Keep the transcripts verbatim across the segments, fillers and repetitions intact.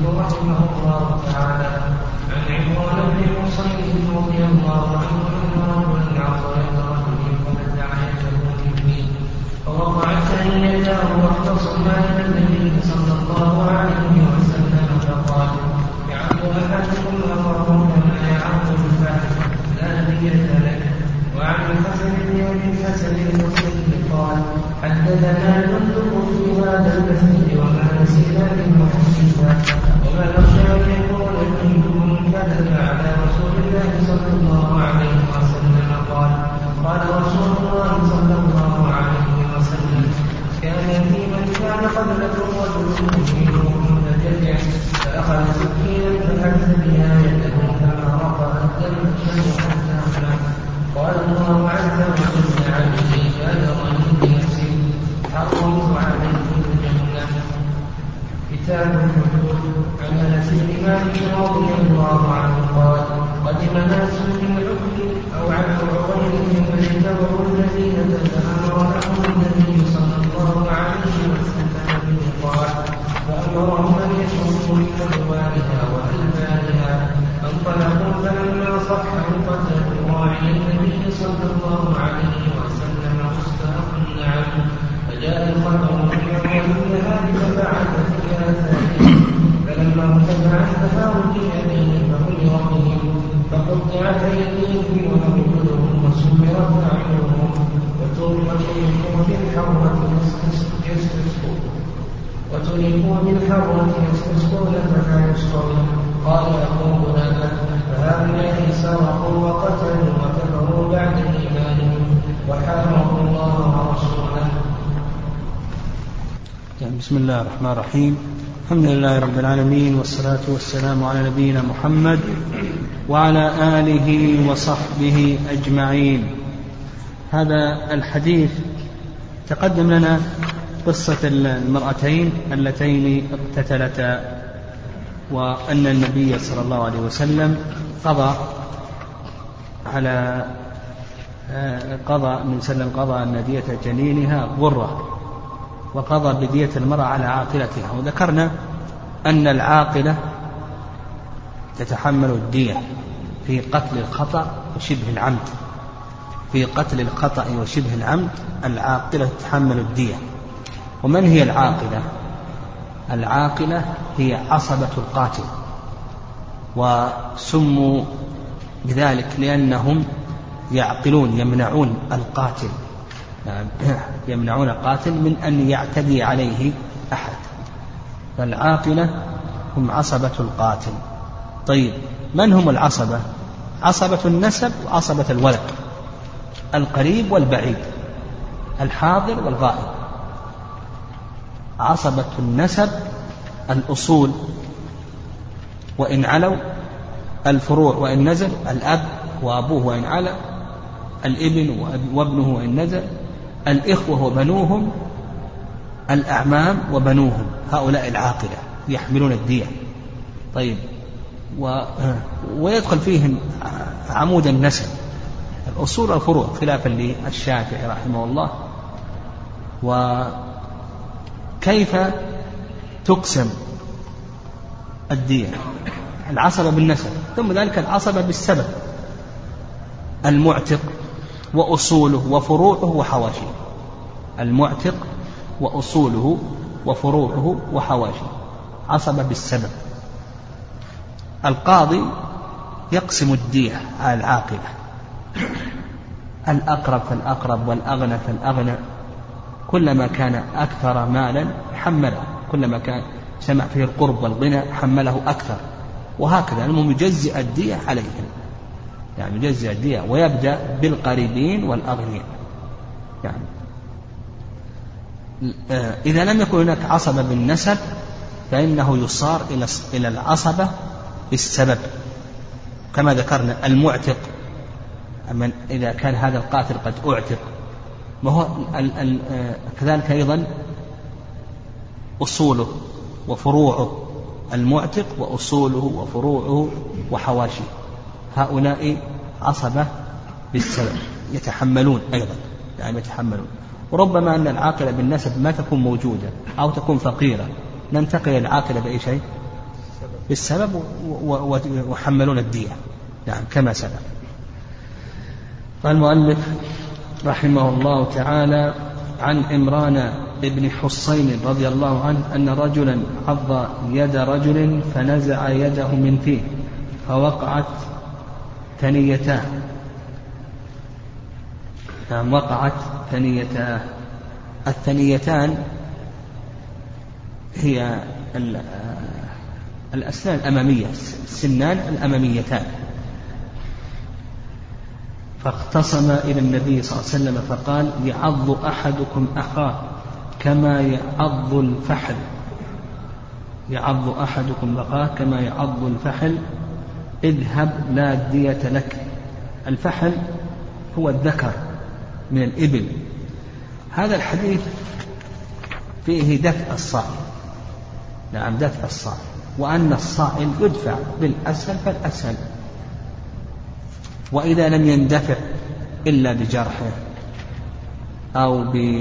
رحمه الله تعالى عن عمران بن حصين رضي الله عنه أن رجلا عصى يد رجل فنزع يده منه فوقعت ثانيته واختصما إلى النبي صلى الله عليه وسلم فقال يعظ أحدكم أخاه كما يعظ الفاحشة لا دية لك. وعن الحسن بن أبي الحسن المسلم قال حدثنا جندب في هذا المسجد وما نسينا منه حديثا وما نخشى أن يكون جندب كذب على رسول الله صلى الله عليه وسلم قال قال رسول الله صلى الله عليه وسلم كان في من كان قبلكم رجل منهم متجع فأخذ سكينا فحدث بها يده فما رقى الدم حتى أفلح قال الله عز وجل عليه شادرا بنفسه حرمت عليه الجنة. كتاب الحدود. عن أنس بن مالك رضي الله عنه قال قدم ناس من عقل أو عن غيرهم فاجتمعوا المدينة فأمر لهم النبي صلى الله عليه وسلم بالوقاع فأمرهم أن يشربوا من ألوانها وألبانها فانطلقوا فلما صح القتل راعي النبي صلى الله عليه وسلم مستحق عنه فجاء الخبر في أولها فبعث في آثارهم فلما ارتفع التفاوت يديهم فأمر بهم فقطعت أيديهم وأرجلهم وسمرت أعينهم وتركوا بالحرة يستسقون وتركوا بالحرة يستسقون فلا يسقون. قال أبو هريرة فهؤلاء سرقوا وقتلوا وكفروا بعد إيمانهم وحاربوا الله ورسوله. بسم الله الرحمن الرحيم. الحمد لله رب العالمين والصلاة والسلام على نبينا محمد وعلى آله وصحبه أجمعين. هذا الحديث تقدم لنا قصة المرأتين اللتين اقتتلتا وأن النبي صلى الله عليه وسلم قضى على قضى من سلم قضى أن دية جنينها غرة وقضى بدية المرأة على عاقلتها. وذكرنا أن العاقلة تتحمل الدية في قتل الخطأ وشبه العمد. في قتل الخطأ وشبه العمد العاقلة تتحمل الدية. ومن هي العاقلة؟ العاقلة هي عصبة القاتل، وسموا بذلك لأنهم يعقلون يمنعون القاتل يمنعون القاتل من أن يعتدي عليه أحد. فالعاقلة هم عصبة القاتل. طيب من هم العصبة؟ عصبة النسب وعصبة الولد، القريب والبعيد، الحاضر والغائب. عصبة النسب الأصول وإن علوا، الفروع وإن نزل، الأب وأبوه وإن علا، الابن وابنه وإن نزل، الإخوة وبنوهم، الأعمام وبنوهم. هؤلاء العاقلة يحملون الدية. طيب و... ويدخل فيهم عمود النسب الأصول والفروع خلافا للشافعي رحمه الله. وكيف تقسم الدية؟ العصبة بالنسب، ثم ذلك العصبة بالسبب، المعتق وأصوله وفروعه وحواشيه. المعتق وأصوله وفروعه وحواشيه، عصبة بالسبب. القاضي يقسم الدية على العاقلة، الأقرب فالأقرب والأغنى فالأغنى، كلما كان أكثر مالا حمله، كلما كان سمع فيه القرب والغنى حمله أكثر، وهكذا. المهم يجزئ الدية عليهم، يعني يجزئ الدية ويبدأ بالقريبين والأغنياء. يعني إذا لم يكن هناك عصبة بالنسب فإنه يصار إلى العصبة بالسبب كما ذكرنا. المعتق أما إذا كان هذا القاتل قد أعتق، وهو كذلك أيضا أصوله وفروعه، المعتق وأصوله وفروعه وحواشيه، هؤلاء عصبة بالسبب يتحملون أيضا، يعني يتحملون. وربما أن العاقلة بالنسب ما تكون موجودة أو تكون فقيرة، ننتقل العاقلة بأي شيء بالسبب وحملون الدية. نعم كما سلف. قال المؤلف رحمه الله تعالى: عن عمران بن حصين رضي الله عنه أن رجلا عض يد رجل فنزع يده من فيه فوقعت ثنيتاه. نعم وقعت ثنيتاه. الثنيتان هي الأسنان الأمامية، السنان الأماميتان. فاختصم إلى النبي صلى الله عليه وسلم فقال: يعض أحدكم أخاه كما يعض الفحل يعض أحدكم أخاه كما يعض الفحل اذهب لا دية لك. الفحل هو الذكر من الإبل. هذا الحديث فيه دفع الصائل. نعم دفع الصائل، وأن الصائل يدفع بالأسهل فالأسهل، وإذا لم يندفع إلا بجرحه أو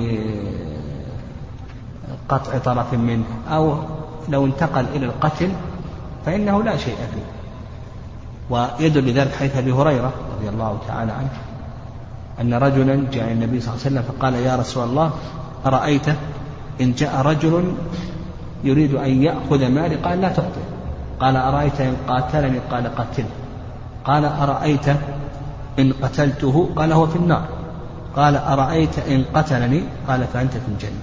بقطع طرف منه أو لو انتقل إلى القتل فإنه لا شيء فيه. ويدل لذلك حديث أبي هريرة رضي الله تعالى عنه أن رجلا جاء النبي صلى الله عليه وسلم فقال: يا رسول الله أرأيت إن جاء رجل يريد أن يأخذ مالي؟ قال: لا تعطي. قال: أرأيت إن قاتلني؟ قال: قتله. قال: أرأيت إن قتلته؟ قال: هو في النار. قال: أرأيت إن قتلني؟ قال: فأنت في الجنة.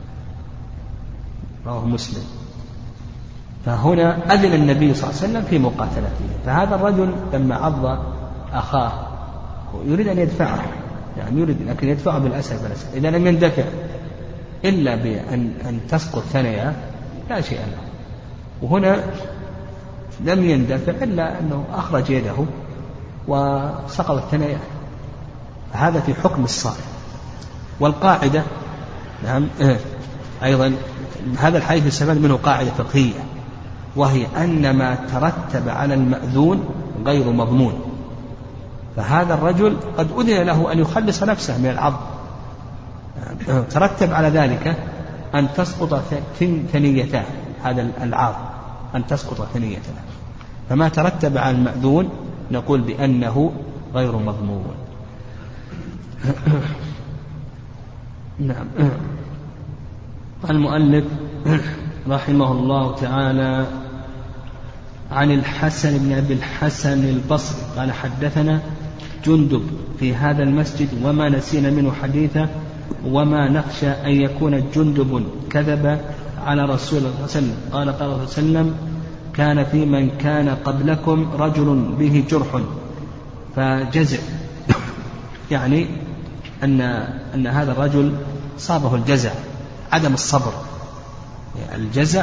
رواه مسلم. فهنا أذن النبي صلى الله عليه وسلم في مقاتلته. فهذا الرجل لما عض أخاه يريد أن يدفعه، يعني يريد لكن يدفعه بالأسهل بالأسهل. إذا لم يندفع إلا بأن أن تسقط ثناياه لا شيء له. وهنا لم يندفع إلا أنه أخرج يده وسقط الثنايا. هذا في حكم الصائل. والقاعدة نعم أيضا هذا الحديث يستفاد منه قاعدة فقهية، وهي أن ما ترتب على المأذون غير مضمون. فهذا الرجل قد أذن له أن يخلص نفسه من العض، ترتب على ذلك أن تسقط ثنيتاه، هذا العاض أن تسقط ثنيتاه. فما ترتب على المأذون نقول بأنه غير مضمون. نعم. المؤلف رحمه الله تعالى عن الحسن بن أبي الحسن البصري قال: حدثنا جندب في هذا المسجد وما نسينا منه حديثا وما نخشى أن يكون جندب كذب على رسول الله صلى الله عليه وسلم. قال: قال الله صلى الله عليه وسلم: كان في من كان قبلكم رجل به جرح فجزع، يعني أن أن هذا الرجل صابه الجزع، عدم الصبر. يعني الجزع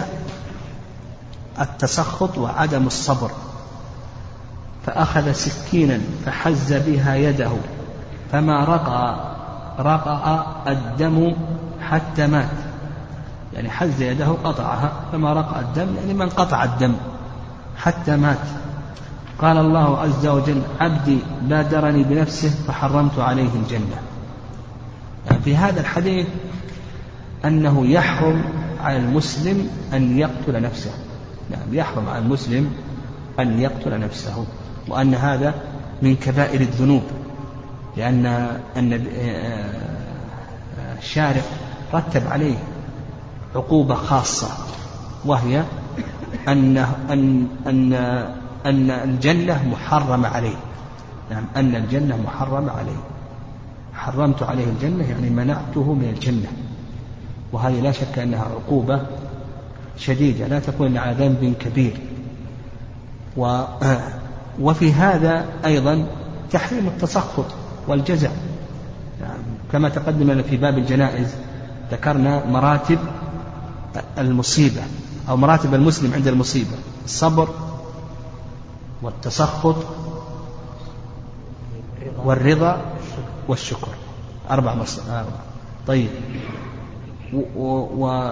التسخط وعدم الصبر. فأخذ سكينا فحز بها يده فما رقى رقى الدم حتى مات. يعني حز يده قطعها فما رقى الدم، يعني من قطع الدم حتى مات. قال الله عز وجل: عبدي بادرني بنفسه فحرمت عليه الجنة. يعني في هذا الحديث أنه يحرم على المسلم أن يقتل نفسه. نعم يحرم على المسلم أن يقتل نفسه، وأن هذا من كبائر الذنوب، لأن الشارع رتب عليه عقوبة خاصة، وهي أن أن أن أن الجنة محرمة عليه. نعم أن الجنة محرمة عليه. حرمت عليه الجنة يعني منعته من الجنة، وهذه لا شك أنها عقوبة شديدة لا تكون على ذنب كبير. و وفي هذا أيضا تحريم التسخط والجزع. يعني كما تقدم في باب الجنائز ذكرنا مراتب المصيبة أو مراتب المسلم عند المصيبة: الصبر والتسخط والرضا والشكر. أربع مصائب. طيب. و و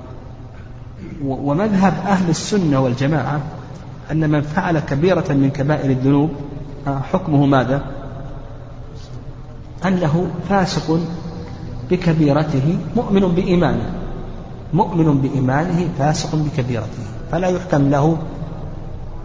ومذهب أهل السنة والجماعة أن من فعل كبيرة من كبائر الذنوب حكمه ماذا؟ أنه فاسق بكبيرته مؤمن بإيمانه، مؤمن بإيمانه فاسق بكبيرته، فلا يحكم له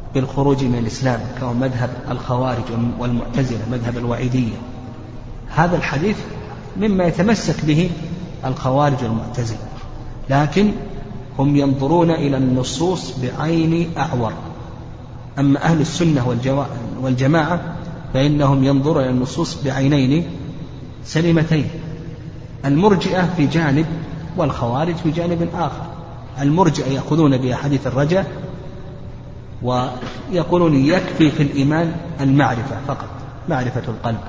بالخروج من الإسلام كما مذهب الخوارج والمعتزلة مذهب الوعيدية. هذا الحديث مما يتمسك به الخوارج والمعتزلة، لكن هم ينظرون إلى النصوص بعين أعور. أما أهل السنة والجماعة فإنهم ينظرون إلى النصوص بعينين سليمتين. المرجئة في جانب والخوارج في جانب آخر. المرجئة يأخذون بأحاديث الرجاء ويقولون يكفي في الإيمان المعرفة فقط، معرفة القلب.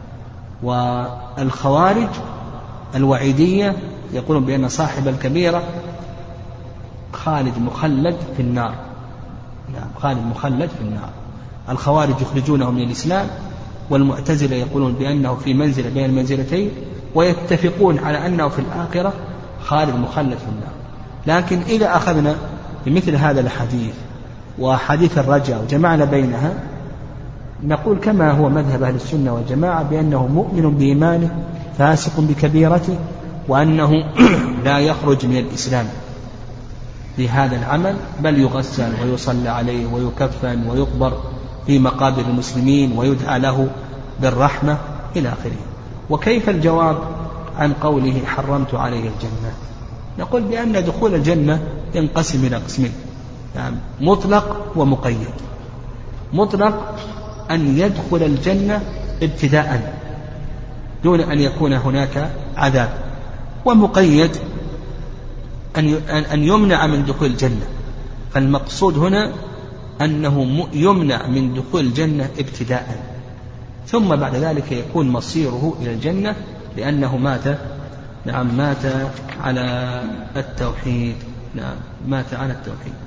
والخوارج الوعيدية يقولون بأن صاحب الكبيرة خالد مخلد في النار. نعم، خالد مخلد في النار. الخوارج يخرجونه من الإسلام، والمعتزلة يقولون بأنه في منزلة بين المنزلتين، ويتفقون على أنه في الآخرة خالد مخلد في النار. لكن إذا أخذنا بمثل هذا الحديث وحديث الرجاء وجمعنا بينها، نقول كما هو مذهب أهل السنة والجماعة بأنه مؤمن بإيمانه فاسق بكبيرته، وأنه لا يخرج من الإسلام بهذا العمل، بل يغسل ويصلى عليه ويكفن ويقبر في مقابر المسلمين ويدعى له بالرحمة إلى آخره. وكيف الجواب عن قوله حرمت عليه الجنة؟ نقول بأن دخول الجنة ينقسم إلى قسمين، يعني مطلق ومقيد. مطلق أن يدخل الجنة ابتداء دون أن يكون هناك عذاب، ومقيد أن يمنع من دخول الجنة. فالمقصود هنا أنه يمنع من دخول الجنة ابتداء، ثم بعد ذلك يكون مصيره إلى الجنة لأنه مات نعم مات على التوحيد نعم مات على التوحيد.